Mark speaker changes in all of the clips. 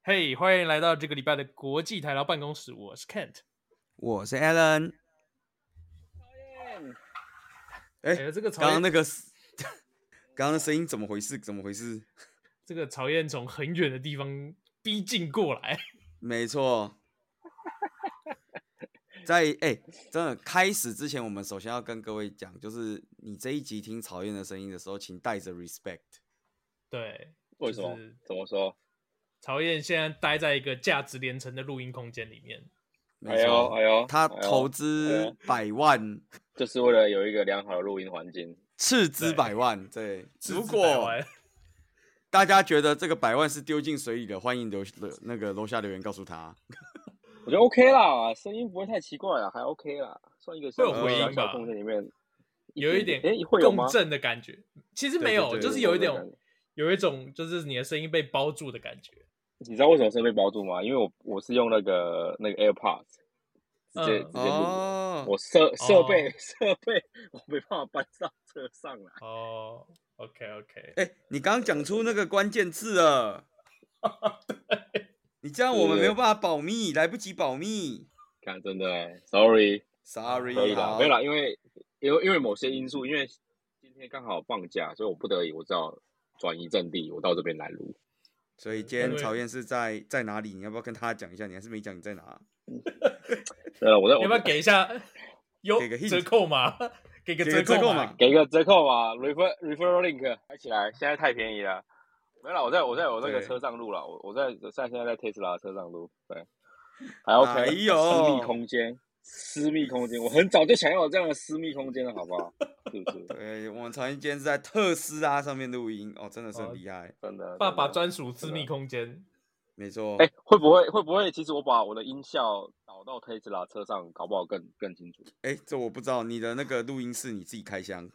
Speaker 1: 嘿，欢迎来到这个礼拜的国际台劳办公室，我是 Kent，
Speaker 2: 我是 Alan。
Speaker 1: 这个
Speaker 2: 刚刚那个，刚刚的声音怎么回事？怎么回事？
Speaker 1: 这个曹燕从很远的地方逼近过来，
Speaker 2: 没错。真的开始之前，我们首先要跟各位讲，就是你这一集听曹燕的声音的时候，请带着 respect。
Speaker 1: 对，
Speaker 3: 为什么？怎么说？
Speaker 1: 曹燕现在待在一个价值连城的录音空间里面。
Speaker 2: 没错，他投资100万，
Speaker 3: 就是为了有一个良好的录音环境，
Speaker 2: 斥资100万。对，如果大家觉得这个100万是丢进水里的，欢迎楼下留言告诉他。
Speaker 3: 我觉得 OK 啦，声音不会太奇怪啦，还 OK 啦，算一个
Speaker 1: 会有回音吧，
Speaker 3: 空间里面
Speaker 1: 有一点共振的感觉。其实没有，就是有一种就是你的声音被包住的感觉。
Speaker 3: 你知道为什么声音被包住吗？因为我是用那个 AirPods 直接录的，我设备我没办法搬上车上来。
Speaker 1: 哦 ，OK，
Speaker 2: 你刚刚讲出那个关键字了。你这样我们没有办法保密，来不及保密。
Speaker 3: 看，真的，sorry，
Speaker 2: 可
Speaker 3: 以啦，没有啦，因为某些因素，因为今天刚好放假，所以我不得已，我只好转移阵地，我到这边来录。
Speaker 2: 所以今天曹燕是在哪里？你要不要跟他讲一下？你还是没讲你在哪？
Speaker 3: 对了，
Speaker 1: 要不要给一下给个折扣码？给个折扣码
Speaker 3: ，referral link 开起来，现在太便宜了。没有啦，我在我那个车上录了，我现在在 Tesla 的车上录，对，还 OK，私密空间，我很早就想要有这样的私密空间了，好不好？是不是？
Speaker 2: 对，我们曹燕今天是在特斯拉上面录音哦，真的是很厉害，
Speaker 3: 真的。
Speaker 1: 爸爸专属私密空间，
Speaker 2: 没错。
Speaker 3: 会不会？其实我把我的音效导到 Tesla 车上，搞不好更清楚。
Speaker 2: 这我不知道，你的那个录音室你自己开箱。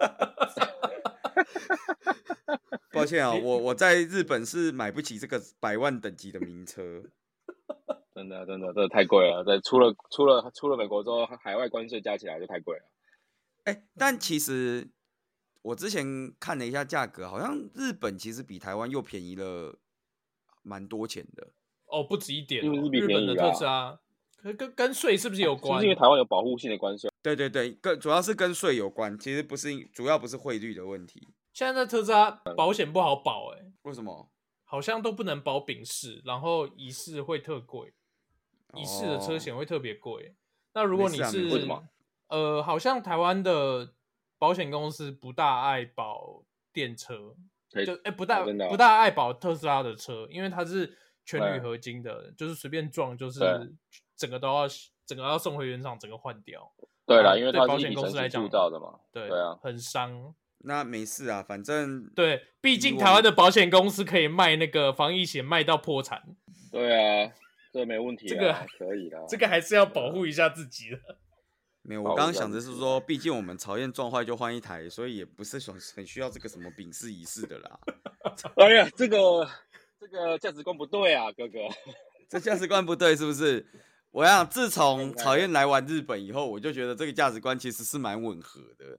Speaker 2: 抱歉啊，我在日本是买不起这个100万等级的名车。
Speaker 3: 真的，这太贵了。对，出了美国之后，海外关税加起来就太贵了。
Speaker 2: 但其实我之前看了一下价格，好像日本其实比台湾又便宜了蛮多钱的。
Speaker 1: 哦，不止一点，
Speaker 3: 因为
Speaker 1: 日本的特斯拉跟税是不是有关？
Speaker 3: 是不是因为台湾有保护性的关税？
Speaker 2: 对，主要是跟税有关，其实主要不是汇率的问题。
Speaker 1: 现在特斯拉保险不好保
Speaker 2: 为什么？
Speaker 1: 好像都不能保丙式，然后乙式会特贵，乙式的车险会特别贵。那如果你是
Speaker 3: 为什么？
Speaker 1: 好像台湾的保险公司不大爱保电车，就不大爱保特斯拉的车，因为它是全铝合金的，就是随便撞就是整个要送回原厂，整个换掉。
Speaker 3: 对啦，因为它
Speaker 1: 保险公司来讲
Speaker 3: 铸造的嘛，
Speaker 1: 对
Speaker 3: 啊，
Speaker 1: 很伤。
Speaker 2: 那没事啊，反正
Speaker 1: 对，毕竟台湾的保险公司可以卖那个防疫险卖到破产。
Speaker 3: 对啊，这没问题，这个可以啦，
Speaker 1: 这个还是要保护一下自己的。
Speaker 2: 没有，我刚刚想的是说，毕竟我们曹燕撞坏就换一台，所以也不是很需要这个什么丙式乙式的啦。
Speaker 3: 哎呀，这个价值观不对啊，哥哥，
Speaker 2: 这价值观不对是不是？我想自从曹燕来完日本以后，我就觉得这个价值观其实是蛮吻合的。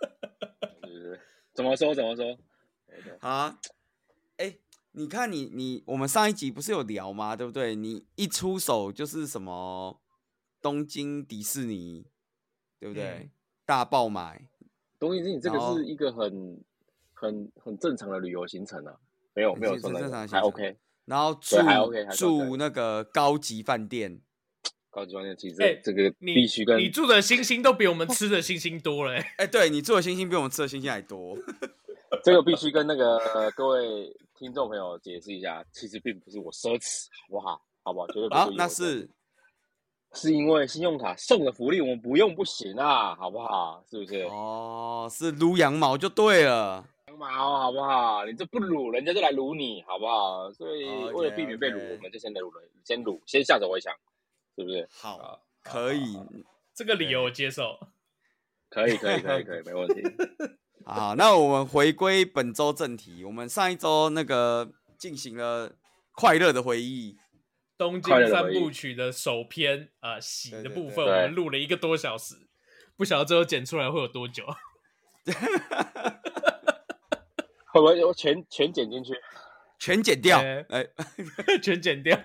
Speaker 3: 怎么说？
Speaker 2: 啊，你看我们上一集不是有聊吗？对不对？你一出手就是什么东京迪士尼，对不对？大爆买。
Speaker 3: 东京迪士尼这个是一个很正常的旅游行程啊，没有说那个还 OK。
Speaker 2: 然后住那个高级饭店。
Speaker 3: 高级饭店其实这个必须跟
Speaker 1: 你住的星星都比我们吃的星星多了。
Speaker 2: 对，你住的星星比我们吃的星星还多。
Speaker 3: 这个必须跟那个各位听众朋友解释一下，其实并不是我奢侈，好不好？绝对不是。
Speaker 2: 那
Speaker 3: 是因为信用卡送的福利我们不用不行啊，好不好？是不是？
Speaker 2: 是撸羊毛就对了。
Speaker 3: 羊毛好不好？你这不撸，人家就来撸你，好不好？所以为了避免被撸，我们就先撸，先下手为强。是不是？
Speaker 2: 好，可以，
Speaker 1: 这个理由我接受。
Speaker 3: 可以，没问题。
Speaker 2: 好，那我们回归本周正题。我们上一周那个进行了快乐的回忆，
Speaker 1: 东京三部曲的首篇喜的部分，我们录了1个多小时，不晓得最后剪出来会有多久。
Speaker 3: 会不会全剪进去？
Speaker 2: 全剪掉，
Speaker 1: 全剪掉。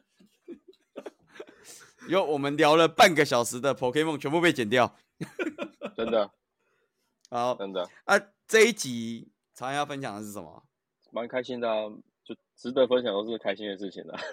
Speaker 2: 我们聊了半个小时的 Pokémon 全部被剪掉，
Speaker 3: 真的。
Speaker 2: 好，
Speaker 3: 真的
Speaker 2: 啊！这一集常要分享的是什么？
Speaker 3: 蛮开心的啊，就值得分享都是开心的事情啊。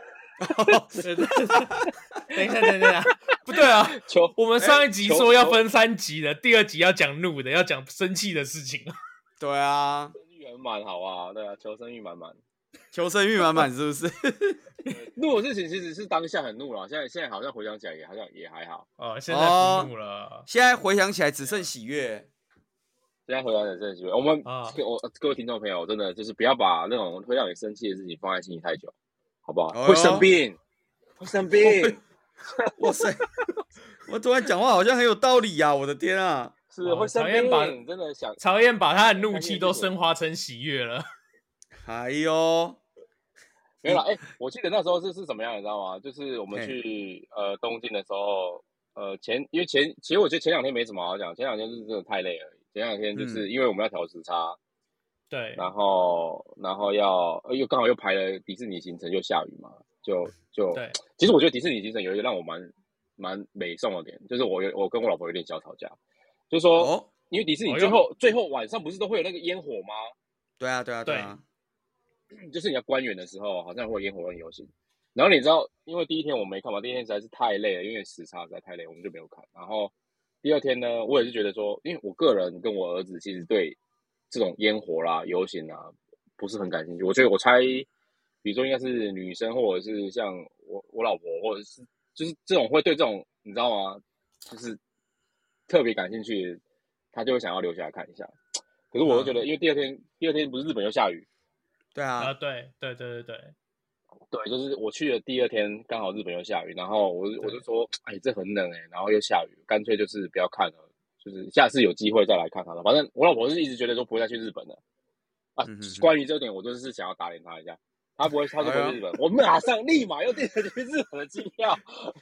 Speaker 1: 等一下，不对啊！我们上一集说要分3集的，第2集要讲怒的，要讲生气的事情。
Speaker 2: 对啊，
Speaker 3: 生欲很满，好啊，对啊，求生欲满满，
Speaker 2: 求生欲满满，是不是？
Speaker 3: 怒的事情其实是当下很怒了，现在好像回想起来也好像也还好。
Speaker 1: 现在不怒了，
Speaker 2: 现在回想起来只剩喜悦。
Speaker 3: 现在回想起来只剩喜悦。我们各位听众朋友，真的就是不要把那种会让你生气的事情放在心里太久，好不好？会生病，会生病。
Speaker 2: 哇塞！我突然讲话好像很有道理呀！我的天啊！
Speaker 3: 是会生病，真的想
Speaker 1: 曹燕把他的怒气都升华成喜悦了。
Speaker 2: 哎呦，
Speaker 3: 没有啦，我记得那时候是怎么样，你知道吗？就是我们去东京的时候，其实我觉得前2天没什么好讲，前2天是真的太累而已。前2天就是因为我们要调时差，
Speaker 1: 对，
Speaker 3: 然后又刚好又排了迪士尼行程，又下雨嘛，就
Speaker 1: 对。
Speaker 3: 其实我觉得迪士尼行程有一个让我蛮美送的点，就是我跟我老婆有点小吵架，就是说，因为迪士尼最后晚上不是都会有那个烟火吗？
Speaker 2: 对啊。
Speaker 3: 就是你要关园的时候，好像会有烟火跟游行。然后你知道，因为第1天我没看嘛，第1天实在是太累了，因为时差实在太累，我们就没有看。然后第2天呢，我也是觉得说，因为我个人跟我儿子其实对这种烟火啦、游行啊不是很感兴趣。我觉得我猜，比如说应该是女生，或者是像我老婆，或者是就是这种会对这种你知道吗？就是特别感兴趣，他就会想要留下来看一下。可是我就觉得，因为第二天不是日本又下雨。
Speaker 2: 对啊，
Speaker 1: 对，
Speaker 3: 就是我去的第2天刚好日本又下雨，然后我就说，这很冷然后又下雨，干脆就是不要看了，就是下次有机会再来看好了。反正我老婆是一直觉得说不会再去日本了啊。关于这点，我就是想要打脸他一下，他不会去日本，我马上立马又订了去日本的机票。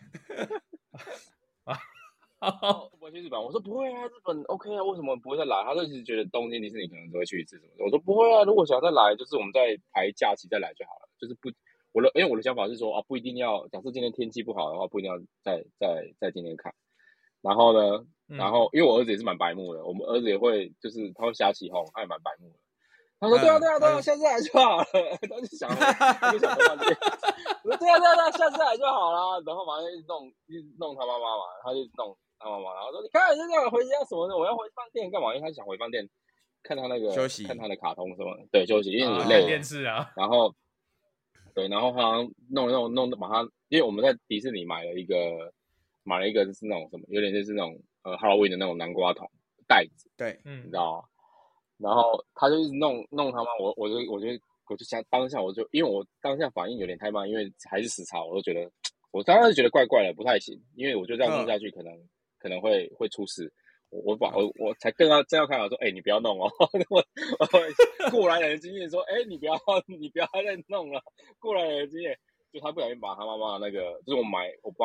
Speaker 3: 不会去日本，我说不会啊，日本 OK 啊，为什么不会再来？他就一直觉得东京迪士尼可能都会去一次什么的。我说不会啊，如果想要再来，就是我们再排假期再来就好了，就是不。因为我的想法是说不一定要，假设今天天气不好的话，不一定要在今天看。然后呢，因为我儿子也是蛮白目的，我们儿子也会就是他会瞎起哄，他也蛮白目的。他说对啊，下次来就好了。他就想回饭店。我说对啊，下次来就好了。然后马上一直弄他妈妈嘛，他就弄他妈妈，然后说你看就这样回家什么的，我要回饭店干嘛？因为他想回饭店看他那个
Speaker 2: 休息，
Speaker 3: 看他的卡通什么的，对，休息，因为你累了。
Speaker 1: 电视啊。
Speaker 3: 然后。对，然后好像弄把它，因为我们在迪士尼买了一个就是那种什么，有点就是那种Halloween 的那种南瓜桶袋子，
Speaker 2: 对，
Speaker 3: 你知道吗？然后他就一直弄他妈，我就想当下因为我当下反应有点太慢，因为还是时差，我就觉得我当时觉得怪怪的，不太行，因为我觉得这样弄下去可能会出事。我才正要看到说，你不要弄哦。我过来人的经验说，你不要再弄了。过来人的经验，就他不小心把他妈妈的那个，就是我们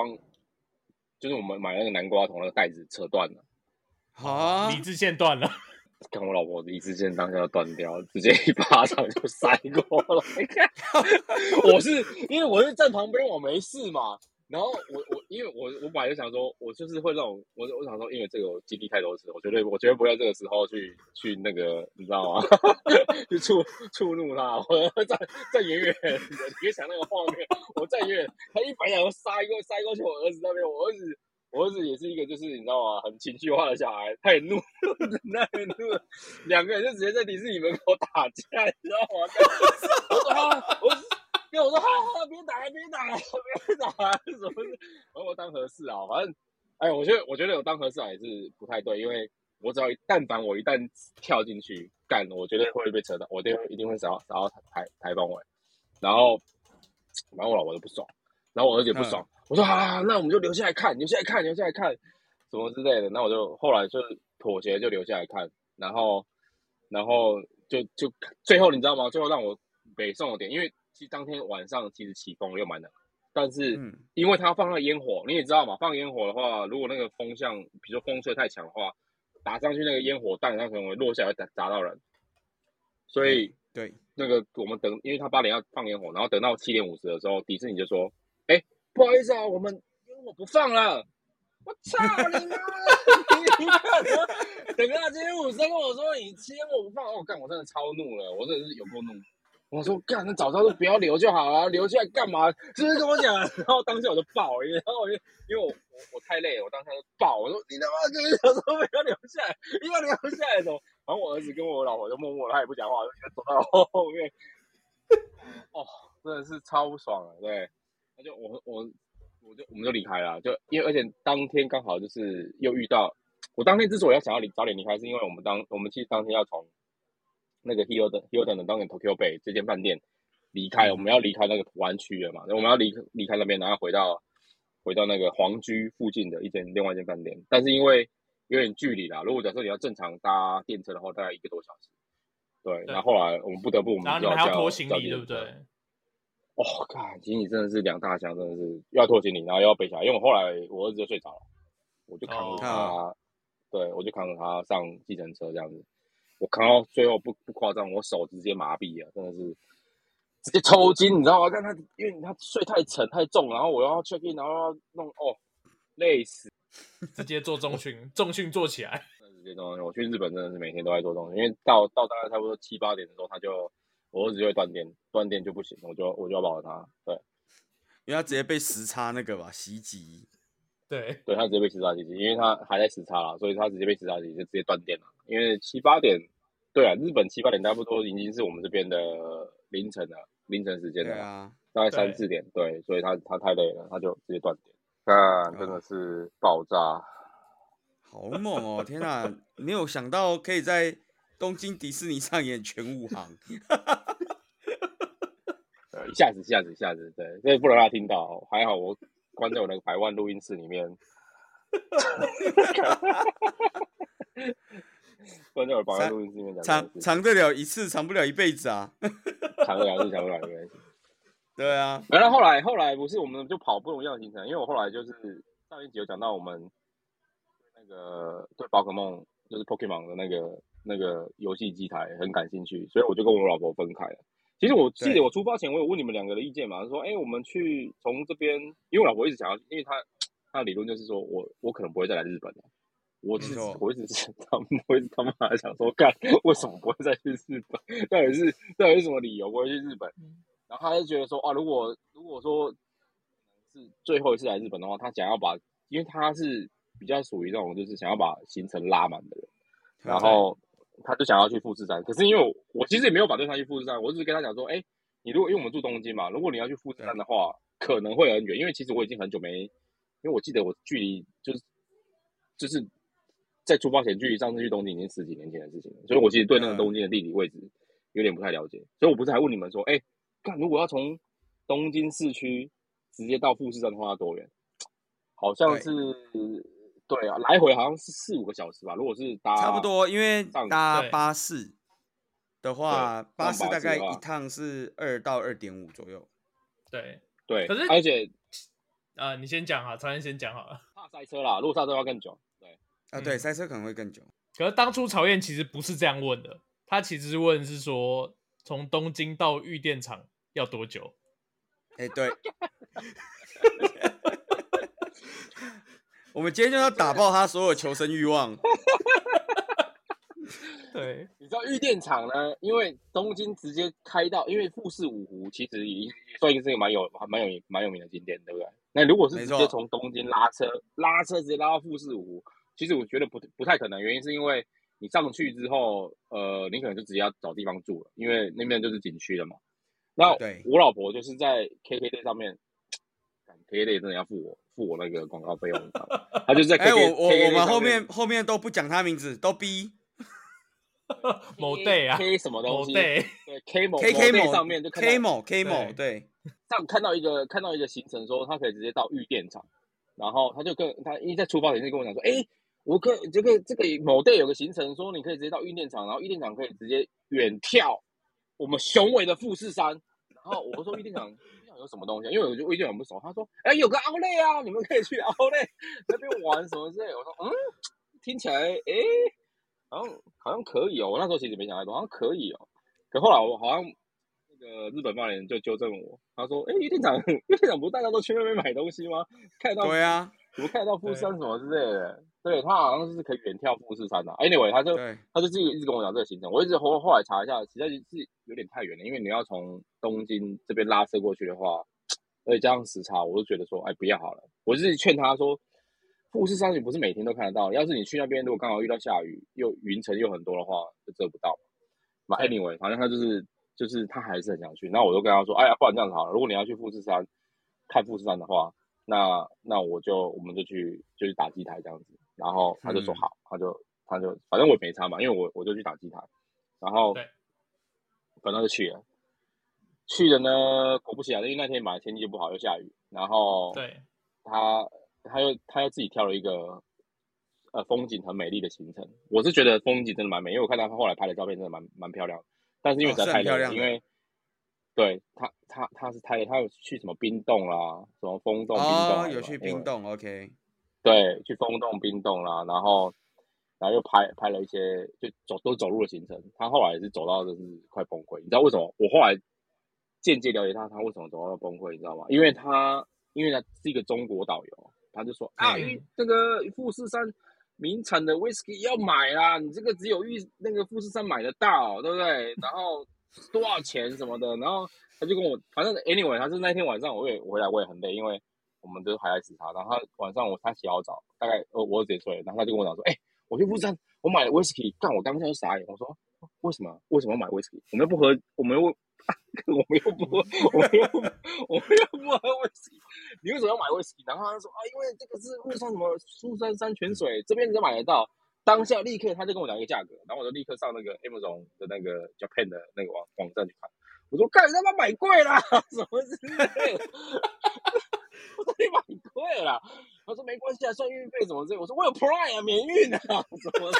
Speaker 3: 买那个南瓜桶那个袋子扯断了。
Speaker 2: 啊！
Speaker 1: 理智线断了。
Speaker 3: 跟我老婆理智线当下断掉，直接一巴掌就塞过来。因为我是站旁边，我没事嘛。然后因为我本来就想说，我就是会让我想说，因为这个我经历太多次，我绝对不会在这个时候去那个，你知道吗？去触怒他，我会站远远的，你别想那个画面，我站远远，他一摆脚塞过去我儿子那边，我儿子也是一个就是你知道吗，很情绪化的小孩，他也怒，两个人就直接在迪士尼门口打架，你知道吗？我说好，别打，什么事？我当和事啊，反正，我觉得有当和事啊也是不太对，因为我只要但凡我一旦跳进去干，我绝对会被扯到，我一定会找到台风尾，然后我老婆就不爽，然后我儿子也不爽，我说好，那我们就留下来看，什么之类的，那我就后来就妥协，就留下来看，然后就最后你知道吗？最后让我北宋的点，因为其实当天晚上其实起风又蛮冷，但是因为他放那个烟火，你也知道嘛，放烟火的话，如果那个风向，比如说风吹太强的话，打上去那个烟火弹，它可能会落下来砸到人，所以
Speaker 2: 对，
Speaker 3: 那个我们等，因为他8点要放烟火，然后等到7点50的时候，迪士尼就说：“哎，不好意思啊，我们烟火不放了。”我操你妈！你看，等到7点50跟我说你烟火不放，干，我真的超怒了，我真的是有够怒。我说干，那早知道就不要留就好了，留下来干嘛？是不是跟我讲？然后当时我就爆，然后因为我太累了，我当时就爆，我说你他妈跟我讲说不要留下来，一定要留下来，怎么？然后我儿子跟我老婆就默默的，他也不讲话，就走到后面。哦，真的是超不爽了，对。那就我们就离开了，就因为而且当天刚好就是又遇到，我当天之所以要想要早点离开，是因为我们其实当天要从那个 Hilton 的当年 Tokyo Bay 这间饭店离开，我们要离开那个湾区了嘛，我们要离开那边，然后回到那个皇居附近的另外一间饭店，但是因为有点距离啦，如果假设你要正常搭电车的话，大概1个多小时。对，然后后来我们不得不，
Speaker 1: 然后你们还要拖行李，对不对？
Speaker 3: 哦，看行李真的是2大箱，真的是又要拖行李，然后又要背起来。因为后来我儿子就睡着了，我就扛着他，对，我就扛着他上计程车这样子。我扛到最后不夸张，我手直接麻痹了，真的是直接抽筋，你知道吗？看他，因为他睡太沉太重，然后我要 check in， 然后要弄，累死，
Speaker 1: 直接做重训做起来。
Speaker 3: 直接重训，我去日本真的是每天都在做重训，因为到大概差不多7、8点的时候，我儿子就会断电就不行，我就要抱着他，对，
Speaker 2: 因为他直接被时差那个吧袭击，
Speaker 1: 对，
Speaker 3: 他直接被时差袭击，因为他还在时差啦，所以他直接被时差袭击就直接断电了。因为7、8点，对啊，日本7、8点差不多已经是我们这边的凌晨时间了，
Speaker 2: 啊，
Speaker 3: 大概3、4点，对，所以他太累了，他就直接断电，真的是爆炸，
Speaker 2: 好猛哦！天哪，没有想到可以在东京迪士尼上演全武行。
Speaker 3: 一下子，对，所以不能让他听到。还好我关在我那个100万录音室里面，关在我100万录音室里面讲，
Speaker 2: 藏得了一次，藏不了一辈子啊。
Speaker 3: 藏得了一辈子。
Speaker 2: 对啊，
Speaker 3: 然后后来不是我们就跑不同样的行程，因为我后来就是上一集有讲到我们那个对宝可梦就是 Pokemon 的那个游戏机台很感兴趣，所以我就跟我老婆分开了。其实我记得我出发前我有问你们2个的意见嘛，说我们去从这边，因为我老婆一直想要，因为她的理论就是说我可能不会再来日本了。我一直他妈的想说，干为什么不会再去日本？到底是什么理由不会去日本？然后他就觉得说，如果说是最后一次来日本的话，他想要因为他是比较属于那种就是想要把行程拉满的人，然后他就想要去富士山。可是因为我其实也没有反对他去富士山，我只是跟他讲说，你如果因为我们住东京嘛，如果你要去富士山的话，可能会很远，因为其实我已经很久没，因为我记得我距离就是在出发前距离上次去东京已经10几年前的事情了，所以我其实对那个东京的地理位置有点不太了解，所以我不是还问你们说，如果要从东京市区直接到富士山的话要多远？好像是对啊，来回好像是4、5个小时吧。如果是搭
Speaker 2: 差不多，因为搭巴士的话，巴士大概一趟是2到2.5左右。
Speaker 3: 对，
Speaker 1: 可是
Speaker 3: 而且
Speaker 1: 你先讲哈，曹燕先讲好了。
Speaker 3: 怕塞车啦，如果塞车要更久。
Speaker 2: 对，塞车可能会更久。
Speaker 1: 可是当初曹燕其实不是这样问的，他其实问是说从东京到御电场要多久？
Speaker 2: 对。我们今天就要打爆他所有求生欲望。
Speaker 1: 对，
Speaker 3: 你知道御电场呢？因为东京直接开到，因为富士五湖其实也算是一个蛮有名的景点，对不对？那如果是直接从东京拉车直接拉到富士五湖，其实我觉得不太可能，原因是因为你上去之后，你可能就直接要找地方住了，因为那边就是景区了嘛。那我老婆就是在 KKday 上面 ，KKday 真的要付我那个广告费用，他就是在 KKday
Speaker 2: 我们后面都不讲他名字，都逼。
Speaker 1: 某 day 啊
Speaker 3: ，K 什么东西？
Speaker 1: 对
Speaker 3: ，K 某 day 上面就看到
Speaker 2: K 某对，
Speaker 3: 上看到一个行程说他可以直接到御电场，然后他就跟他因为在出发前就跟我讲说，我这个某 day 有个行程说你可以直接到御电场，然后御电场可以直接远眺我们雄伟的富士山，然后我说御电场有什么东西？因为我就御电场不熟，他说有个outlet啊，你们可以去outlet那边玩什么之类。我说听起来好像可以哦。我那时候其实没想太多，好像可以哦。可后来我好像个日本发言人就纠正我，他说：“哎，店长不是大家都去那边买东西吗？看得到？
Speaker 2: 对啊，
Speaker 3: 怎么看得到富士山什么之类的？对，他好像是可以远眺富士山的。Anyway， 他就自己一直跟我讲这个行程，我一直后来查一下，实在是有点太远了，因为你要从东京这边拉车过去的话，而且加上时差，我就觉得说，哎，不要好了。我就是劝他说，富士山你不是每天都看得到，要是你去那边如果刚好遇到下雨，又云层又很多的话，就遮不到。那 Anyway， 反正他就是他还是很想去，那我就跟他说，哎呀，不然这样子好了，如果你要去富士山看富士山的话。那我们就去打机台这样子，然后他就说好，他就反正我也没差嘛，因为我就去打机台，然后反正就去了果不其然，因为那天本来天气就不好，又下雨，然后他又自己挑了一个风景很美丽的行程，我是觉得风景真的蛮美，因为我看到他后来拍的照片真的蛮漂亮的，但是因为实在太累了，因为对他是他有去什么冰洞啦，什么风洞、冰洞
Speaker 2: 有去冰洞 ，OK，
Speaker 3: 对，去风洞、冰洞啦，然后又拍了一些都走路的行程。他后来也是走到就是快崩溃，你知道为什么？我后来间接了解他为什么走到崩溃，你知道吗？因为他是一个中国导游，他就说这个富士山名产的 whisky 要买啦，你这个只有那个富士山买得到，对不对？然后。多少钱什么的，然后他就跟我，反正 anyway， 他是那天晚上我也回来，我也很累，因为我们都还在时差。然后他晚上他洗好澡，大概我直接睡，然后他就跟我讲说，我去富士山，我买了 whisky， 干我当下就傻眼，我说为什么要买 whisky？ 我们又不喝，我们又不喝 whisky， 你为什么要买 whisky？ 然后他说因为这个是富士山什么富士山泉水，这边你就买得到。当下立刻他就跟我讲一个价格，然后我就立刻上那个 Amazon 的那个 Japan 的那个网站去看。我说：“干，他妈买贵了，什么之类的？我说你买贵了。”他说：“没关系啊，算运费什么之类的。”我说：“我有 Prime 啊，免运啊，什么的。”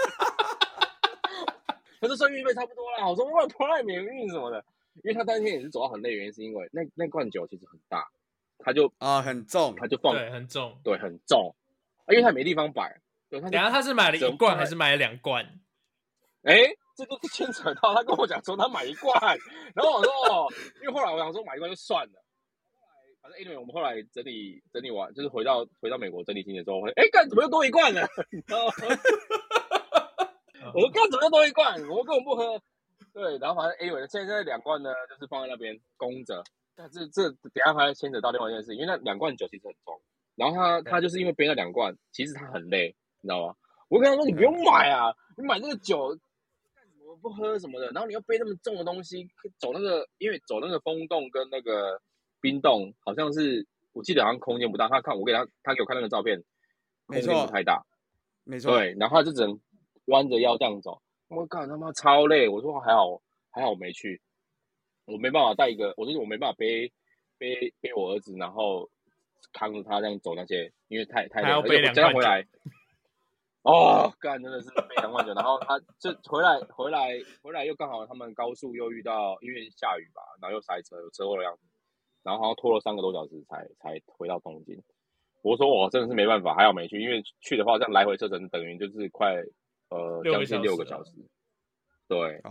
Speaker 3: 他说：“算运费差不多啦。”我说：“我有 Prime 免运什么的。”因为他当天也是走到很累，原因是因为那罐酒其实很大，他就
Speaker 2: 很重，
Speaker 3: 他就放
Speaker 1: 很重，
Speaker 3: 对，很重，因为他没地方摆。
Speaker 1: 等下他是买了1罐还是买了2罐？
Speaker 3: 这就牵扯到他跟我讲说他买1罐，然后我说因为后来我想说买1罐就算了，反正因为我们后来整理完，就是回到美国整理行李的时候，干怎么又多1罐了？你知道吗？我说干怎么又多1罐？我根本不喝。对，然后反正现在2罐呢，就是放在那边供着。但是这等一下还牵扯到另外一件事，因为那2罐酒其实很重，然后他就是因为背那2罐，其实他很累。你知道吗？我跟他说你不用买啊，你买这个酒干什么不喝什么的，然后你要背那么重的东西走因为走那个风洞跟那个冰洞，好像是我记得好像空间不大。他给我看那个照片，空间不太大，
Speaker 2: 没错。
Speaker 3: 对，然后他就只能弯着腰这样走。我靠，他妈超累！我说还好我没去，我没办法带我没办法背我儿子，然后扛着他这样走那些，因为太累了，
Speaker 1: 还要背2罐
Speaker 3: 回来。干真的是背2罐酒，然后他就回来又刚好他们高速又遇到因为下雨吧，然后又塞车，有车祸的样子，然后好像拖了3个多小时才回到东京。我说我真的是没办法，还好没去，因为去的话这样来回车程等于就是快将近6个小时。对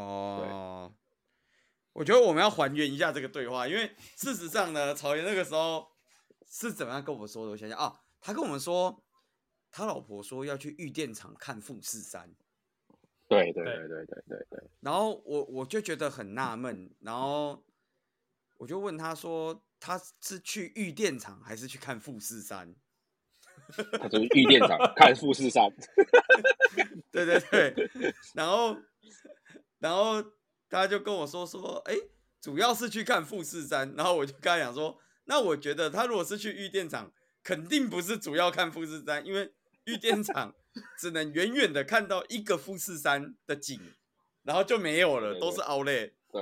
Speaker 2: 我觉得我们要还原一下这个对话，因为事实上呢，草原那个时候是怎么样跟我们说的？我想想他跟我们说。他老婆说要去玉电厂看富士山，
Speaker 3: 对。
Speaker 2: 然后我就觉得很纳闷，然后我就问他说，他是去玉电厂还是去看富士山？
Speaker 3: 他就是玉电厂看富士山。
Speaker 2: 对，然后他就跟我说，主要是去看富士山。然后我就跟他讲说，那我觉得他如果是去玉电厂，肯定不是主要看富士山，因为玉电厂只能远远的看到一个富士山的景，然后就没有了，都是outlet。
Speaker 3: 对。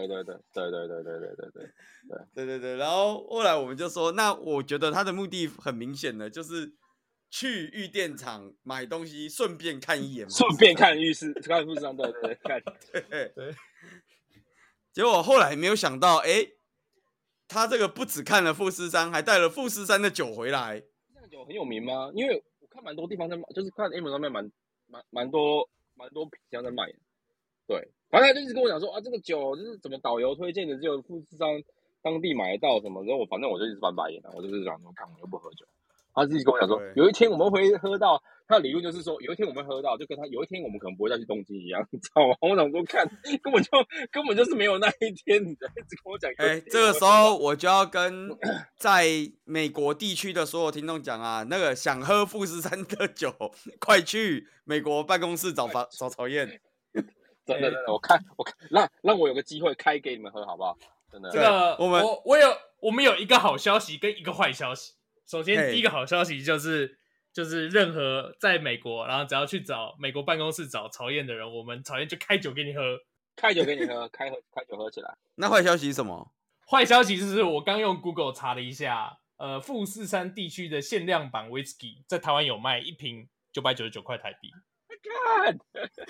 Speaker 2: 然后后来我们就说，那我觉得他的目的很明显的，就是去玉电厂买东西，顺便看一眼，
Speaker 3: 顺便看富士山。对，看。
Speaker 2: 对。结果后来没有想到，他这个不只看了富士山，还带了富士山的酒回来。
Speaker 3: 那个酒很有名吗？因为我看蛮多地方在卖，就是看 Amazon 上面蛮多皮箱在卖的。对， 反正他就一直跟我讲说啊，这个酒就是怎么导游推荐的，只有富士山当地买得到什么，然后反正我就一直翻白眼我就是想说，看我又不喝酒。他自己跟我讲说，有一天我们会喝到，他的理论就是说，有一天我们会喝到，就跟他有一天我们可能不会再去东京一样，你知道吗？我想说，看根本就是没有那一天，你一直跟我讲。
Speaker 2: 这个时候我就要跟在美国地区的所有听众讲啊，那个想喝富士山的酒，快去美国办公室找曹燕。
Speaker 3: 真的，我让我有个机会开给你们喝，好不好？真的，
Speaker 1: 这个我们有一个好消息跟一个坏消息。首先，第一个好消息就是任何在美国，然后只要去找美国办公室找曹燕的人，我们曹燕就开酒给你喝，
Speaker 3: 开酒给你喝，开酒喝起来。
Speaker 2: 那坏消息是什么？
Speaker 1: 坏消息就是我刚用 Google 查了一下，富士山地区的限量版 Whisky 在台湾有卖，一瓶999块台币。
Speaker 3: God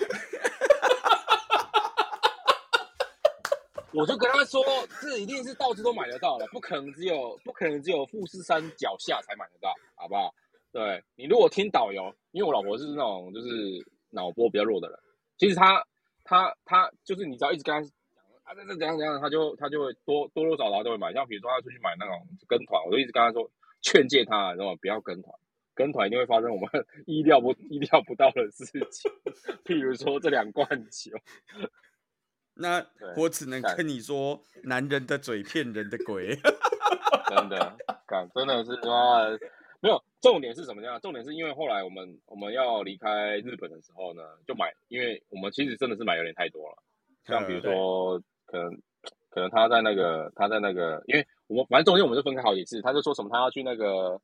Speaker 3: 我就跟他说，这一定是到处都买得到的，不可能只有富士山脚下才买得到，好不好？对，你如果听导游，因为我老婆是那种就是脑波比较弱的人，其实他就是你只要一直跟他讲啊，这怎样，他就会多少少都会买。像比如说他出去买那种跟团，我就一直跟他说，劝诫他，然后不要跟团，跟团一定会发生我们意料不到的事情，譬如说这2罐酒。
Speaker 2: 那我只能跟你说，男人的嘴骗人的鬼。
Speaker 3: 真的，真的是没有。重点是什么呢？重点是因为后来我们要离开日本的时候呢，就买，因为我们其实真的是买有点太多了。像比如说，可能他在那个，因为我们反正中间我们就分开好几次，他就说什么他要去那个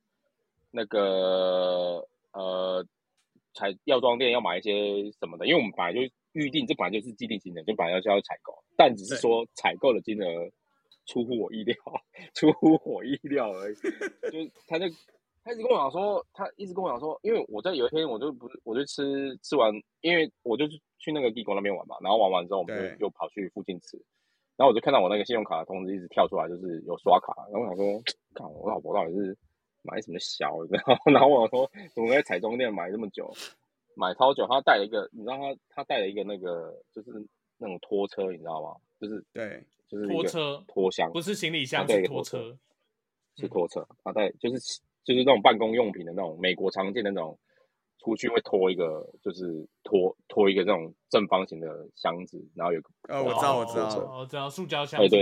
Speaker 3: 药妆店要买一些什么的，因为我们本来就预定，这本来就是既定行程，就本来要采购，但只是说采购的金额出乎我意料而已。就是他一直跟我讲说，因为我在有一天我就吃完，因为我就去那个地宫那边玩嘛，然后玩完之后我们就跑去附近吃，然后我就看到我那个信用卡的通知一直跳出来，就是有刷卡，然后我想说，看我老婆到底是买什么小，然后我说怎么在彩妆店买这么久，买超久，他带了一个，你知道他带了一个那个就是那种拖车，你知道吗？就是就是
Speaker 1: 拖车
Speaker 3: 拖箱，
Speaker 1: 不是行李箱，是拖车，
Speaker 3: 是拖车。他带就是那种办公用品的那种美国常见的那种，出去会拖一个，就是拖一个这种正方形的箱子，然后有个
Speaker 2: 我知道，
Speaker 1: 塑胶箱，
Speaker 3: 对，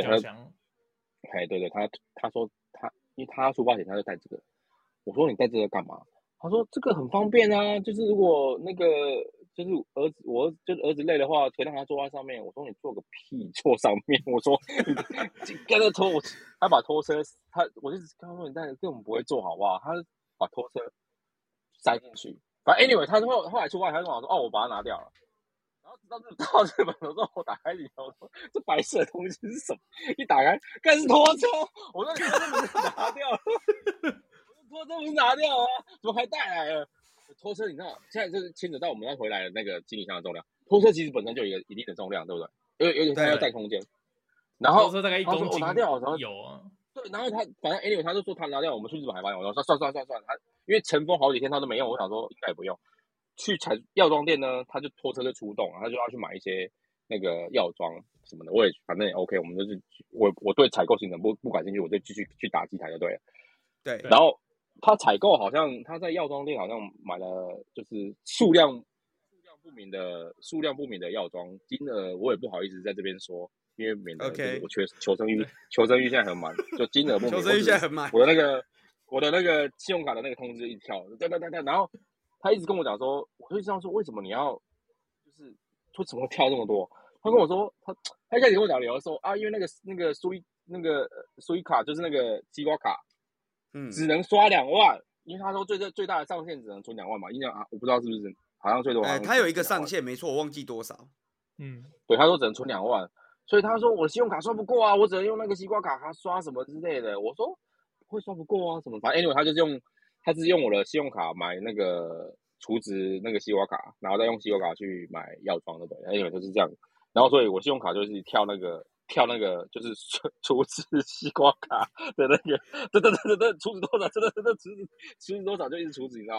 Speaker 3: 他说因为他出发前他就带这个，我说你带这个干嘛？他说这个很方便啊，就是如果那个就是我儿子累的话，可以让他坐在上面。我说你坐个屁，坐上面。我说你跟着拖，他把拖车我就跟他说你根本不会坐好不好？他把拖车塞进去。反正 anyway， 他后来出发，他就跟我说我把它拿掉了。然后到日本的时候，我打开里头，我说这白色的东西是什么？一打开，看是拖车。我说你这不是拿掉了？拖车不是拿掉了，怎么还带来了？拖车你知道，现在就是牵扯到我们要回来的那个行李箱的重量。拖车其实本身就有一定的重量，对不对？因为它要占空间。然后
Speaker 1: 拖车大概1公斤，
Speaker 3: 我拿掉，然后
Speaker 1: 有啊。
Speaker 3: 对，然后他反正 anyway 他就说他拿掉，我们去日本还发现，我说算，他因为尘封好几天他都没用，我想说应该也不用。去药妆店呢，他就拖车就出动，他就要去买一些那个药妆什么的。我也反正也 OK， 我们就是我对采购行程不感兴趣，我就继续去打机台就对了。
Speaker 2: 对，
Speaker 3: 然后他采购好像他在药妆店好像买了就是数量不明的药妆，金额我也不好意思在这边说，因为免得我求生欲现在很满，就金额不明，
Speaker 2: 求生欲现在很满。
Speaker 3: 我的那个信用卡的那个通知一跳，然后他一直跟我讲说，我就这样说，为什么你要就是为什么会跳这么多？他跟我说，他一开始跟我讲理由说啊，因为那个苏伊卡就是那个西瓜卡，只能刷2万，因为他说最大的上限只能存2万嘛，印象我不知道是不是，好像最多。
Speaker 2: 他有一个上限，没错，我忘记多少。
Speaker 3: 对，他说只能存2万，所以他说我的信用卡刷不过啊，我只能用那个西瓜卡刷什么之类的。我说不会刷不过啊，什么反正 anyway 他是用我的信用卡买那个储值那个西瓜卡，然后再用西瓜卡去买药妆的，对 ，anyway 就是这样。然后所以我信用卡就是跳那个就是储值西瓜卡的那个，对，储值多少，真的储值多少就一直储值，你知道吗？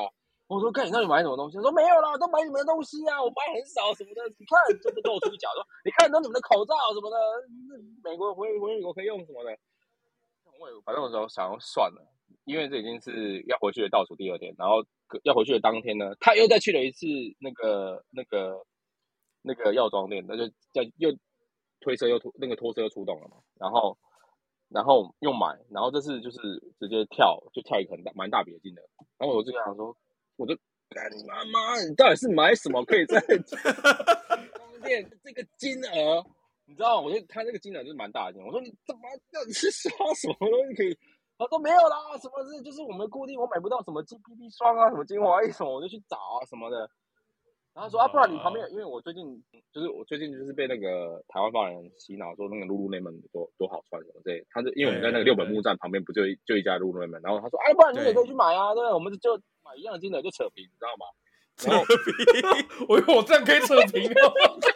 Speaker 3: 我说看你到底买什么东西？他说没有啦，都买你们的东西啊，我买很少什么的。你看，就露出一角说，你看都你们的口罩什么的，美国回美国可以用什么的。反正我说想要算了，因为这已经是要回去的倒数第2天，然后要回去的当天呢，他又再去了一次那个药妆店，那就又推车那个拖车又出动了嘛，然后又买，然后这次就是直接跳一个蛮大笔的金额，然后我就跟他说，我就干你妈妈，你到底是买什么可以在妆店这个金额？你知道，我觉得他这个金额就是蛮大的。我说你怎么你是刷什么东西可以？他说没有啦，什么是就是我们固定我买不到什么 GPP 霜啊，什么精华液什么，我就去找啊什么的。然后说啊，不然你旁边，因为我最近就是被那个台湾发人洗脑说那个 Lululemon 多好穿什么之类的。他就因为我们在那个6本木站旁边不就一家 Lululemon， 然后他说哎，不然你也可以去买啊，对，我们就买一样的金额就扯平，你知道吗？
Speaker 2: 扯平，
Speaker 1: 我这样可以扯平哦。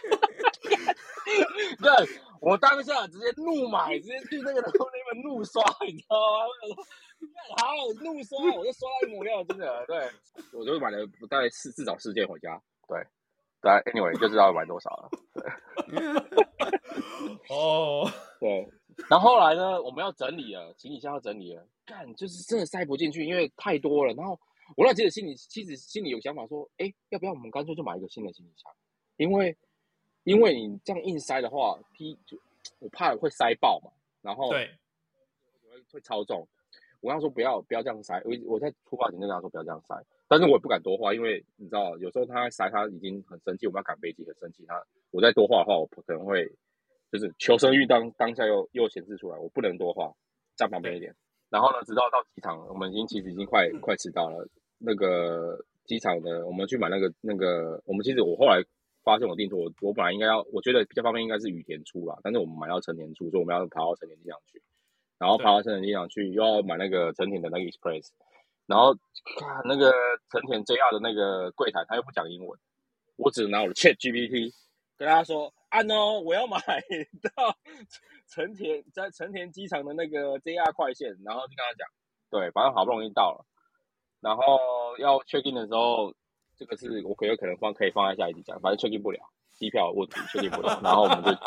Speaker 3: 对，我当下直接怒买，直接去那个 Lululemon 怒刷，你知道吗？我说好怒刷，我就刷到一模一样的金额，对，我就买了大概至少4件回家，对。anyway 就知道买多少了，对。
Speaker 1: 哦，
Speaker 3: 对。然后后来呢，我们要整理了，行李箱要整理了，干就是真的塞不进去，因为太多了。然后我那记得妻子心里有想法说，哎，要不要我们干脆就买一个新的行李箱？因为你这样硬塞的话，我怕会塞爆嘛，然后
Speaker 1: 对，
Speaker 3: 会超重。我跟他说不要这样塞，我在出发前就跟他说不要这样塞，但是我也不敢多话，因为你知道有时候他塞他已经很生气，我们要赶飞机很生气，我再多话的话，我可能会就是求生欲当下又显示出来，我不能多话，站旁边一点。然后呢，直到机场，我们其实已经快迟到了。那个机场的，我们去买那个，我们其实我后来发现我订错，我本来应该我觉得比较方便应该是羽田出啦，但是我们买到成田出，所以我们要爬到成田机场去。然后爬到成田机场去，又要买那个成田的那个 Express， 然后看那个成田 JR 的那个柜台，他又不讲英文，我只能拿我的 ChatGPT 跟他说，no， 我要买到在成田机场的那个 JR 快线，然后就跟他讲，对，反正好不容易到了，然后要 check in 的时候，这个是我有可能可以放在下一集讲，反正 check in 不了，机票问题 check in 不了，然后我们就。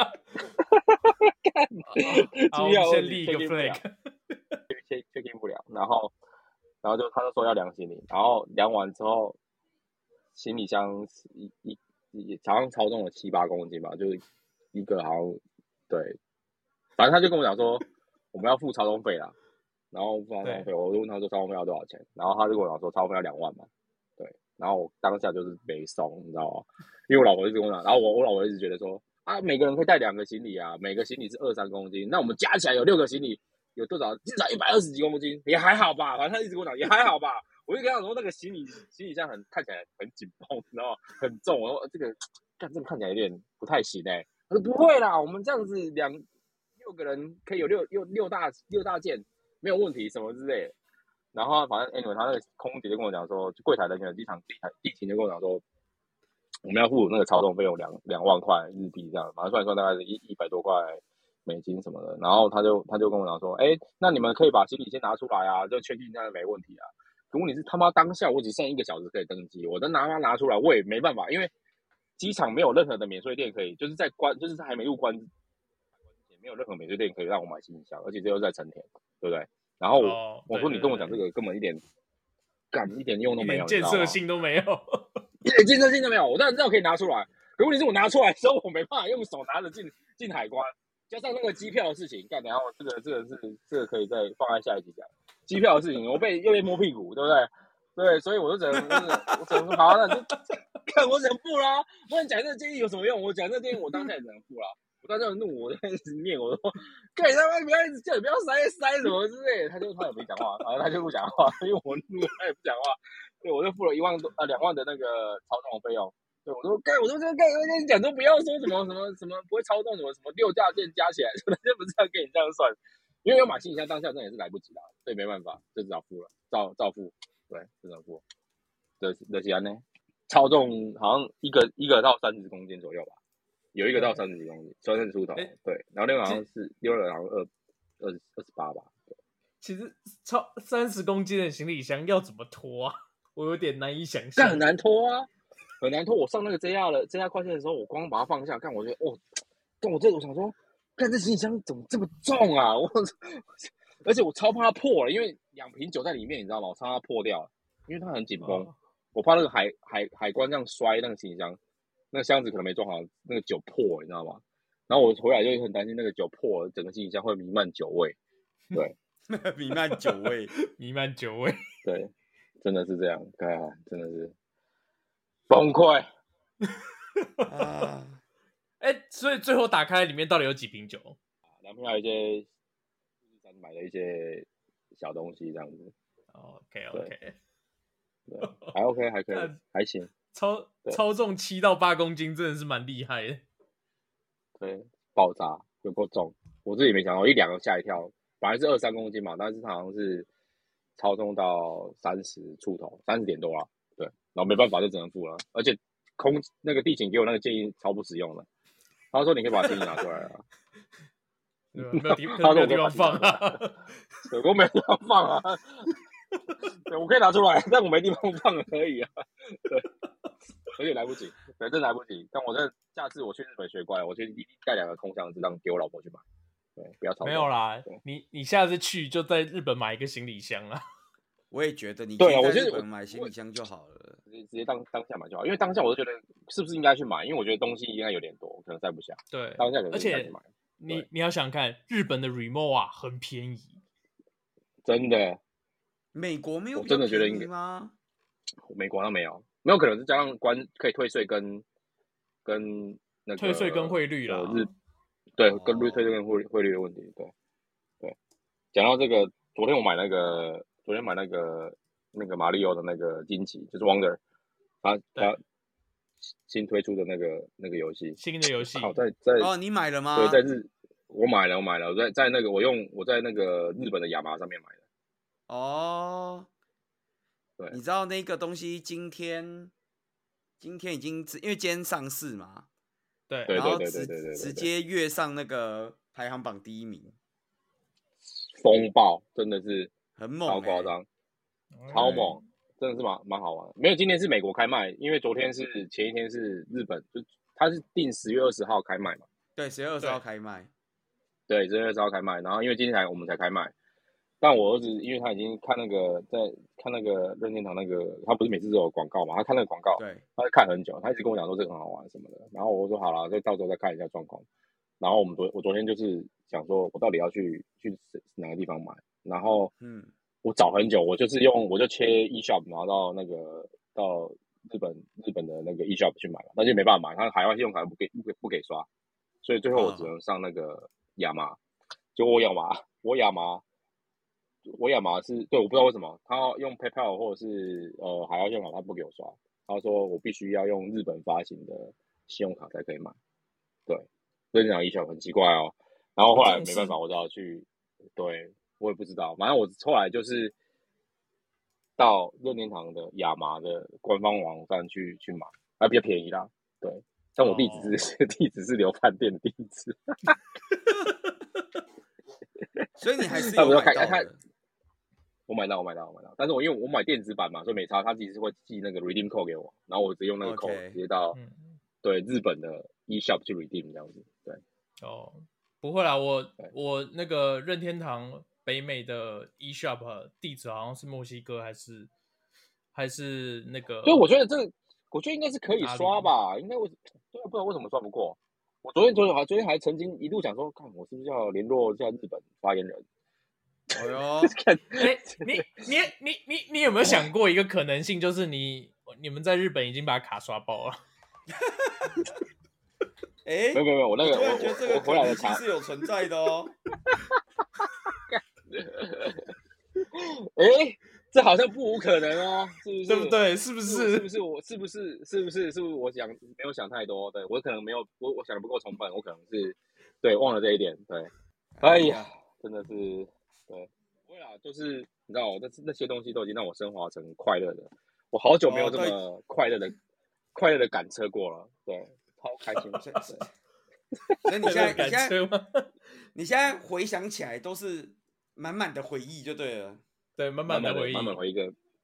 Speaker 1: 好，我们先立一个 flag，
Speaker 3: check in 不了，然后他就说要量行李，然后量完之后，行李箱好像超重了7-8公斤吧，就是一个好像对，反正他就跟我讲说我们要付超重费啦，然后付超重费，我就问他说超重费要多少钱，然后他就跟我讲说超重费要2万嘛，对，然后我当下就是没送，你知道吗？因为我老婆一直跟我讲，然后我老婆一直觉得说。每个人可以带2个行李啊，每个行李是2-3公斤，那我们加起来有6个行李，有多少？至少120几公斤，也还好吧。反正他一直跟我讲也还好吧。我就跟他说那个行李箱看起来很紧绷，你知道吗？很重。我说这个看起来有点不太行哎。他说不会啦，我们这样子6个人可以有六大件，没有问题什么之类的。然后反正 anyway 他那个空姐就跟我讲说，柜台人员地勤就跟我讲说。我们要付那个超重费用2万块日币这样，反正算大概是100多块美金什么的。然后他就跟我讲说，那你们可以把行李先拿出来啊，就确定这样没问题啊。可问题是他妈当下我只剩1个小时可以登机，我再拿出来我也没办法，因为机场没有任何的免税店可以，就是在还没入关前没有任何免税店可以让我买行李箱，而且这又在成田，对不对？然后我说你跟我讲这个根本一点用都没有，
Speaker 1: 建设性都没有。
Speaker 3: 一点建设性都没有，我当然知道可以拿出来，可问题是我拿出来的时候，我没办法用手拿着进海关，加上那个机票的事情，然后这个可以再放在下一集讲。机票的事情，又被摸屁股，对不对？对，所以我就只能说好，那就看我只能付啦。不然讲这个建议有什么用？我讲这个建议，我当下也只能付啦。我当时很怒，我就一直念，我说：“干你他妈不要一直叫你不要塞什么之类的。”他也没讲话，然后他就不讲话，因为我怒，他也不讲话。对，我就付了2万的那个超重费用。对，我说我跟你讲，都不要说什么不会超重，什么6架件加起来，他就不是要跟你这样算。因为要买行李箱，当下真的也是来不及啦，所以没办法，就只好付了，照付。对，只能付。的是安呢，超重好像一个到30公斤左右吧。有一个到30几公斤，30出头，对，然后另外好像是28吧。
Speaker 1: 其实超30公斤的行李箱要怎么拖啊？ 我有点难以想象。
Speaker 3: 但很难拖啊，很难拖。我上那个 JR 快线的时候，我光把它放下，看我觉得哦，但我想说，看这行李箱怎么这么重啊？而且我超怕它破了，因为2瓶酒在里面，你知道吗？我超怕它破掉，因为它很紧绷。我怕那个海关这样摔那个行李箱，那个箱子可能没装好，那个酒破，你知道吗？然后我回来就很担心那个酒破了，整个行李箱会弥漫酒味。对，
Speaker 2: 弥漫酒味，
Speaker 1: 弥漫酒味。
Speaker 3: 对，真的是这样，真的是崩溃
Speaker 2: 啊！
Speaker 1: 所以最后打开里面到底有几瓶酒
Speaker 3: ？2瓶还有一些买了一些小东西这样子。
Speaker 1: OK，
Speaker 3: 对，还 OK， 还可以，还行。
Speaker 1: 超重7到8公斤，真的是蛮厉害的。
Speaker 3: 对，爆炸有够重，我自己没想到，一2个吓一跳。本来是2-3公斤嘛，但是它好像是超重到30出头，30点多了。对，然后没办法就只能付了，而且那个地勤给我那个建议超不实用的，他说你可以把行李拿出来啊。
Speaker 1: 没有地方放啊，
Speaker 3: 我没地方放啊。对，我可以拿出来，但我没地方放而已啊。对，而且来不及，对，真来不及。但我下次我去日本学乖了，我就一定带2个空箱子，让给我老婆去买。对，不要吵。
Speaker 1: 没有啦，你下次去就在日本买一个行李箱啦。
Speaker 2: 我也觉得你
Speaker 3: 对啊，
Speaker 2: 我觉得买行李箱就好了，
Speaker 3: 直接当下买就好。因为当下我就觉得是不是应该去买，因为我觉得东西应该有点多，可能塞不下。
Speaker 1: 对，
Speaker 3: 当下可能
Speaker 1: 而且你要想看日本的 Rimowa 很便宜，
Speaker 3: 真的。
Speaker 2: 美国没有，
Speaker 3: 我真的觉得应该
Speaker 2: 吗？
Speaker 3: 美国那没有可能是加上可以退税跟那个
Speaker 1: 退税跟汇率啦。
Speaker 3: 对，跟退税跟汇率的问题。对，讲到这个，昨天买那个马里奥的那个惊奇，就是 Wonder， 他新推出的那个游戏，
Speaker 1: 新的游戏。
Speaker 2: 哦，你买了吗？
Speaker 3: 对，我买了，在那个我在那个日本的亚麻上面买的。
Speaker 2: 哦，
Speaker 3: 对，
Speaker 2: 你知道那个东西今天已经因为今天上市嘛，
Speaker 1: 对，
Speaker 2: 然后直接跃上那个排行榜第1名，
Speaker 3: 风暴真的是
Speaker 2: 很猛，
Speaker 3: 超夸张，超猛，真的是蛮好玩的。没有，今天是美国开卖，因为前一天是日本，就它是定10月20号开卖嘛。
Speaker 2: 对，10月20号开卖。
Speaker 3: 对，10月20号开卖，然后因为今天我们才开卖。但我儿子因为他已经看那个任天堂那个，他不是每次都有广告嘛，他看那个广告，
Speaker 2: 对，
Speaker 3: 他看很久，他一直跟我讲说这个很好玩什么的，然后我说好了，就到时候再看一下状况。然后我昨天就是想说，我到底要去哪个地方买，然后我找很久，我就切 eShop， 然后到日本的那个 eShop 去买嘛，但是没办法买，他海外信用卡不给刷，所以最后我只能上那个亚麻，就我亚麻是对，我不知道为什么他要用 PayPal 或者是海外信用卡，他不给我刷，他说我必须要用日本发行的信用卡才可以买。对，所以这样eShop很奇怪哦。然后后来没办法，我就要去，对我也不知道，反正我后来就是到任天堂的亚麻的官方网站去买，还比较便宜啦。对，但我地址是流饭店的地址。
Speaker 2: 所以你还是有买到的。
Speaker 3: 我买到，但是因为我买电子版嘛，所以没差，他自己是会寄那个 redeem code 给我，然后我直接用那个 code 直接到对日本的 eShop 去 redeem 这样子。对，
Speaker 1: 不会啦，我那个任天堂北美的 eShop 地址好像是墨西哥还是那个？
Speaker 3: 对，我觉得应该是可以刷吧，应该不知道为什么刷不过。我昨天还曾经一度想说，看我是不是要联络一下日本发言人。
Speaker 2: 哎呦，
Speaker 1: 你有没有想过一个可能性，就是你们在日本已经把卡刷爆了？
Speaker 2: 没
Speaker 3: 有，我那个
Speaker 2: 我觉得这个
Speaker 3: 回来的卡
Speaker 2: 是有存在的哦。
Speaker 3: 这好像不无可能哦，是不是？
Speaker 1: 对不对？是不是？
Speaker 3: 是不是我想没有想太多？对，我可能没有我想的不够充分，我可能是对忘了这一点。对，哎呀，真的是对，不会啦，就是你知道，那些东西都已经让我升华成快乐的。我好久没有这么快乐的赶车过了，对，超开心。
Speaker 2: 所以你现在回想起来都是满满的回忆就对了。
Speaker 1: 对，满满的回忆，
Speaker 3: 满满回忆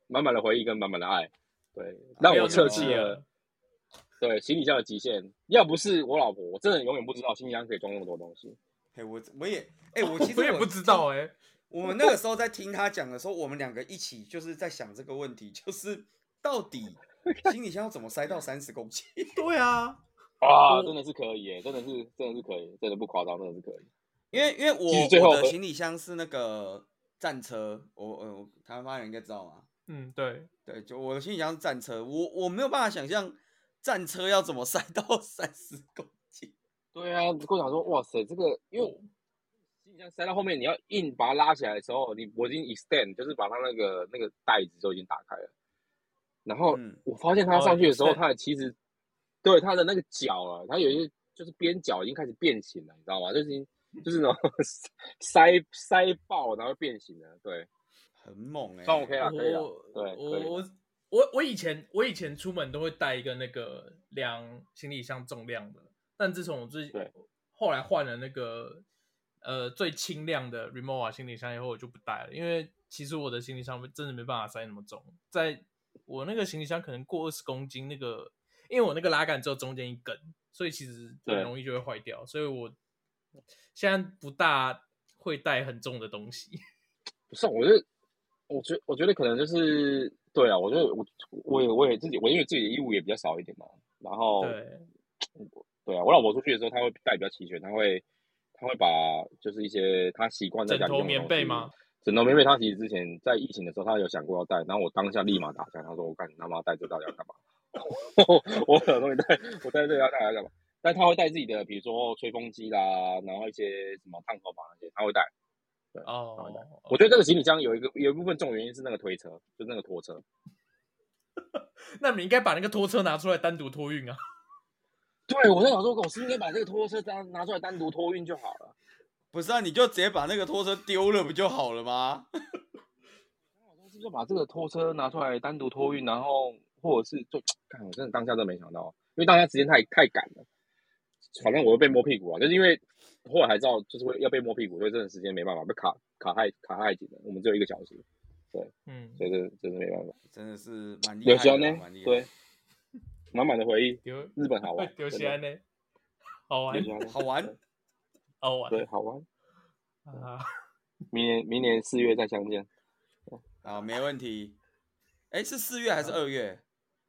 Speaker 3: 满满的回忆跟满满的爱，对，让我测试了对行李箱的极限。要不是我老婆，我真的永远不知道行李箱可以装那么多东西。
Speaker 2: 我其实
Speaker 1: 我也不知道
Speaker 2: 我们那个时候在听他讲的时候，我们两个一起就是在想这个问题，就是到底行李箱要怎么塞到30公斤？
Speaker 1: 对啊，
Speaker 3: 真的是可以耶，真的是可以，真的不夸张，真的是可以。
Speaker 2: 因为我的行李箱是那个战车，台湾人应该知道吗？
Speaker 1: 对，
Speaker 2: 就我的行李箱是战车，我没有办法想象战车要怎么塞到30公斤。
Speaker 3: 对啊，跟我讲说，哇塞，这个因为行李箱塞到后面，你要硬把它拉起来的时候，我已经 extend， 就是把它那个袋子都已经打开了。然后我发现它上去的时候，它其实对它的那个角啊，它有一些就是边角已经开始变形了，你知道吗？就是那种塞爆，然后变形了，对，
Speaker 2: 很猛
Speaker 3: 算 OK 啦，可以啦，对，
Speaker 1: 我以前出门都会带一个那个量行李箱重量的，但自从我后来换了那个最轻量的 Rimowa 行李箱以后，我就不带了，因为其实我的行李箱真的没办法塞那么重，在我那个行李箱可能过20公斤，那个因为我那个拉杆只有中间一根，所以其实很容易就会坏掉，所以我现在不大会带很重的东西。
Speaker 3: 不是，我觉得可能就是对啊，我觉得我也自己，因为自己的衣物也比较少一点嘛，然后对啊，我老婆出去的时候，她会带比较齐全，她会把就是一些她习惯在家里用的东西，
Speaker 1: 枕头棉被吗？
Speaker 3: 枕头棉被，她其实之前在疫情的时候，她有想过要带，然后我当下立马打枪，她说：“我干你他妈带这到底要干嘛？”我有东西带，我带这个要带来干嘛？但她会带自己的，比如说吹风机啦，然后一些什么烫头发那些，她会带。对我觉得这个行李箱有一部分重原因是那个推车，就是那个拖车。
Speaker 1: 那你应该把那个拖车拿出来单独托运啊。
Speaker 3: 对，我在想说，我是应该把这个拖车拿出来单独托运就好了。
Speaker 2: 不是啊，你就直接把那个拖车丢了不就好了吗？
Speaker 3: 是不是把这个拖车拿出来单独托运，然后或者是就，看我真的当下真的没想到，因为当下时间太赶了，反正我又被摸屁股啊，就是因为后来才知道就是要被摸屁股，所以真的时间没办法，被卡太紧了，我们只有1个小时，对，所以真的没办法，
Speaker 2: 真的是蛮厉害的，蛮厉害的，
Speaker 3: 对，满满的回忆，日本好玩，
Speaker 1: 丢西呢，好玩，
Speaker 3: 对，好玩
Speaker 1: 啊！
Speaker 3: 明年4月再相见。
Speaker 2: 好，没问题。是4月还是2月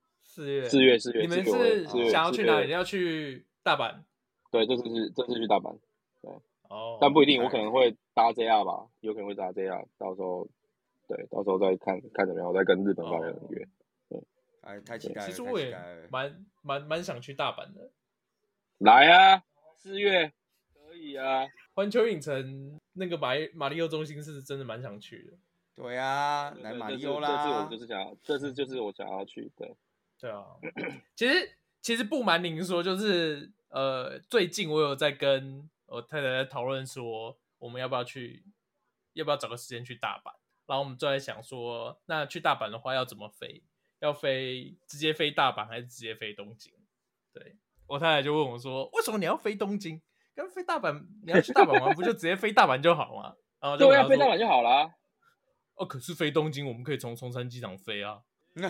Speaker 3: ？4月。
Speaker 1: 你们是想要去哪里？要去大阪？
Speaker 3: 对，这次去大阪。对。但不一定，我可能会搭 JR 吧，有可能会搭 JR，到时候再看怎么样，我再跟日本发言人约。
Speaker 2: 太期待了。
Speaker 1: 其实我也蛮想去大阪的。
Speaker 3: 来啊，4月可以啊。
Speaker 1: 环球影城那个马里奥中心是真的蛮想去的。
Speaker 2: 对啊，来马里奥啦！
Speaker 3: 这次就是我想要去的。
Speaker 1: 对啊，其实不瞒您说，就是最近我有在跟我太太在讨论说，我们要不要找个时间去大阪？然后我们就在想说，那去大阪的话要怎么飞？要直接飞大阪还是直接飞东京？对，我太太就问我说，为什么你要飞东京？跟飞大阪，你要去大阪玩，不就直接飞大阪就好吗？然后就
Speaker 3: 飞大阪就好了。
Speaker 1: 可是飞东京，我们可以从松山机场飞啊，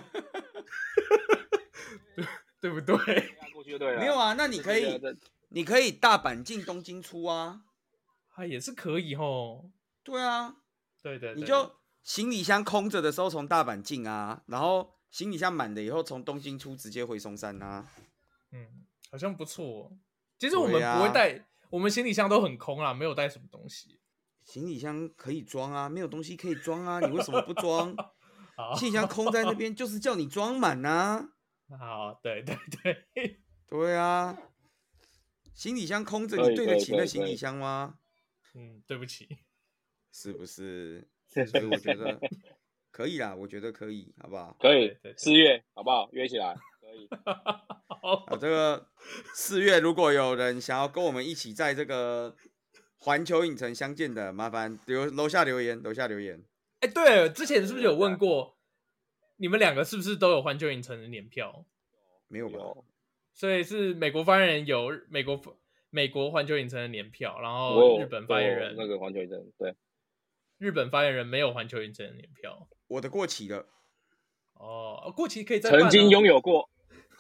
Speaker 1: 对不对？
Speaker 3: 过去就对了。
Speaker 2: 没有啊，那你可以大阪进东京出啊，
Speaker 1: 也是可以吼。
Speaker 2: 对啊，
Speaker 1: 对，
Speaker 2: 你就行李箱空着的时候从大阪进啊，然后行李箱满了以后从东京出，直接回松山啊。
Speaker 1: 好像不错。其实我们不会带，我们行李箱都很空啦，没有带什么东西。
Speaker 2: 行李箱可以装啊，没有东西可以装啊，你为什么不装？行李箱空在那边就是叫你装满啊。
Speaker 1: 好，对。
Speaker 2: 对啊，行李箱空着，你对得起那行李箱吗？
Speaker 1: 对不起，
Speaker 2: 是不是？所以我觉得可以啦，我觉得可以，好不好？
Speaker 3: 可以，4月好不好？约起来，可以。
Speaker 2: 好，这个4月如果有人想要跟我们一起在这个环球影城相见的，麻烦楼下留言。
Speaker 1: 对了，之前是不是有问过你们2个是不是都有环球影城的年票？
Speaker 2: 没有吧？
Speaker 1: 所以是美国发言人有美国环球影城的年票，然后日本发言人
Speaker 3: 那个环球影城，对，
Speaker 1: 日本发言人没有环球影城的年票。
Speaker 2: 我的过期了。
Speaker 1: 哦，过期可以再办。
Speaker 3: 曾经拥有过。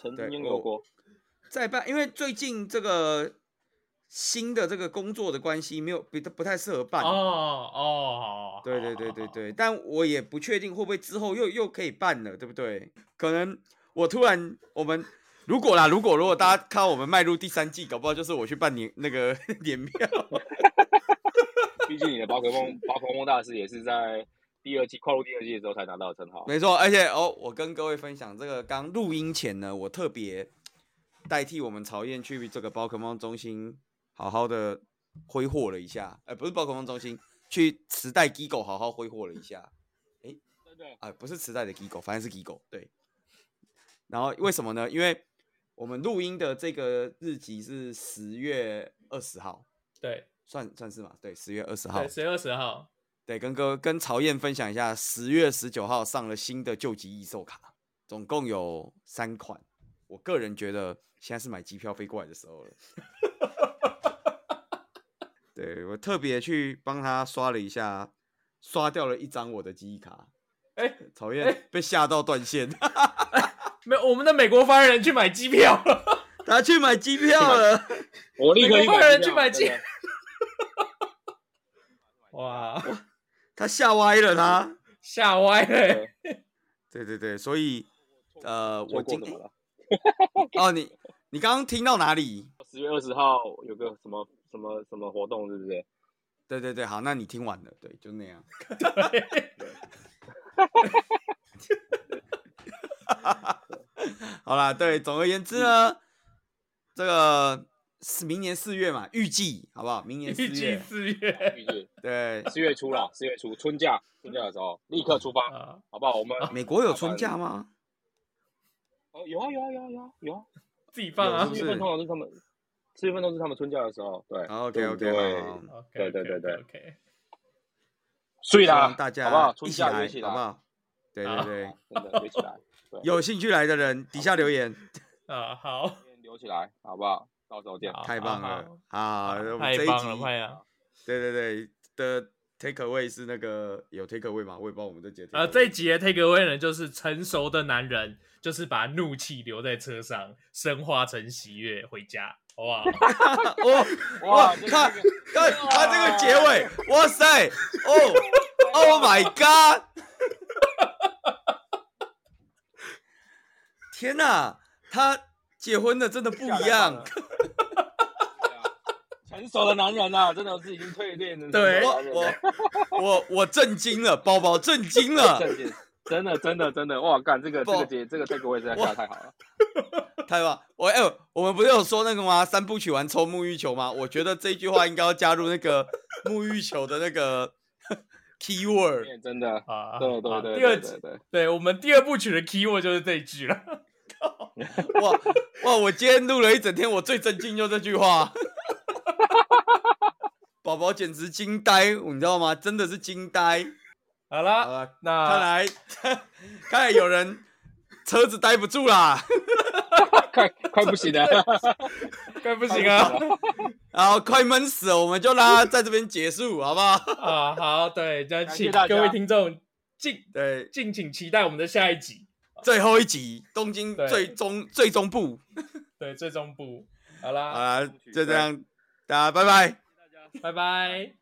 Speaker 2: 再办，因为最近这个新的这个工作的关系，不太适合办。对，但我也不确定会不会之后又可以办了，对不对？可能我们如果大家看到我们迈入第3季，搞不好就是我去办那个年票。
Speaker 3: 毕竟你的宝可梦大师也是在跨入第二季的时候才拿到的称号。
Speaker 2: 没错，而且我跟各位分享这个，刚录音前呢，我特别代替我们曹燕去这个宝可梦中心好好的挥霍了一下，不是宝可梦中心，去磁带 Gigo 好好挥霍了一下。
Speaker 3: 真的
Speaker 2: 不是磁带的 Gigo， 反正是 Gigo。对，然后为什么呢？因为我们录音的这个日期是10月20号，
Speaker 1: 对，
Speaker 2: 算是嘛，对，10月20号，
Speaker 1: 对，10月20号，
Speaker 2: 对，跟曹燕分享一下，10月19号上了新的救急异兽卡，总共有3款。我个人觉得现在是买机票飞过来的时候了。对，我特别去帮他刷了一下，刷掉了1张我的记忆卡。曹燕被吓到断线。
Speaker 1: 没有，我们的美国发言人去买机票了。
Speaker 2: 他去买机票了。
Speaker 3: 我立刻
Speaker 1: 美国发言人去买机票。哇！
Speaker 2: 他吓歪了，他
Speaker 1: 吓歪了。
Speaker 2: 对，所以我今天你刚刚听到哪里
Speaker 3: ？10月20号有个什么活动，是不是？
Speaker 2: 对，好，那你听完了，对，就那样。好啦，对，总而言之呢，这个是明年4月嘛，预计好不好？明年4月，
Speaker 3: 预计
Speaker 2: 对
Speaker 3: ，4月初啦，4月初春假的时候立刻出发，好不好？我们
Speaker 2: 美国有春假吗？
Speaker 3: 有啊，
Speaker 1: 自己放啊
Speaker 3: ，4月份通常是他们，4月份都是他们春假的时候，对。
Speaker 2: OK，
Speaker 1: 对，
Speaker 2: 所以啦，大
Speaker 3: 家好不好？
Speaker 2: 一起来，好不好？对，
Speaker 3: 真的约起来。
Speaker 2: 有兴趣来的人底下留言
Speaker 1: 好，
Speaker 3: 留起来，好不好？到时候见。
Speaker 2: 太棒了，好，我们
Speaker 1: 这一集，
Speaker 2: 对的 take away 是那个有 take away 吗？我也不知道我们这节。
Speaker 1: 这一集的 take away 呢，就是成熟的男人，就是把怒气留在车上，升华成喜悦回家，好不好？
Speaker 2: 哇，看他这个结尾，哇塞，Oh my god！ 天哪，他结婚的真的不一样。
Speaker 3: 成熟的男人啊，真的是已经蜕变了。
Speaker 2: 对，我震惊了，宝宝震惊了，
Speaker 3: 真的，哇，干这个位置下太好了，
Speaker 2: 太棒！我们不是有说那个吗？3部曲玩抽沐浴球吗？我觉得这句话应该要加入那个沐浴球的那个 keyword。
Speaker 3: 真的对，
Speaker 1: 第二集，对我们第2部曲的 keyword 就是这一句了。
Speaker 2: 哇！我今天录了一整天，我最震惊就这句话。宝宝简直惊呆，你知道吗？真的是惊呆。
Speaker 1: 好了，那
Speaker 2: 看来有人车子待不住啦，
Speaker 3: 快不行了，
Speaker 1: 快不行啊！
Speaker 2: 然后快闷死了，我们就让他在这边结束，好不好？
Speaker 1: 好，对，那请各位听众敬请期待我们的下一集，
Speaker 2: 最后一集东京最终部，
Speaker 1: 对，最终部。好啦，
Speaker 2: 就这样，大家拜拜，
Speaker 1: 拜拜。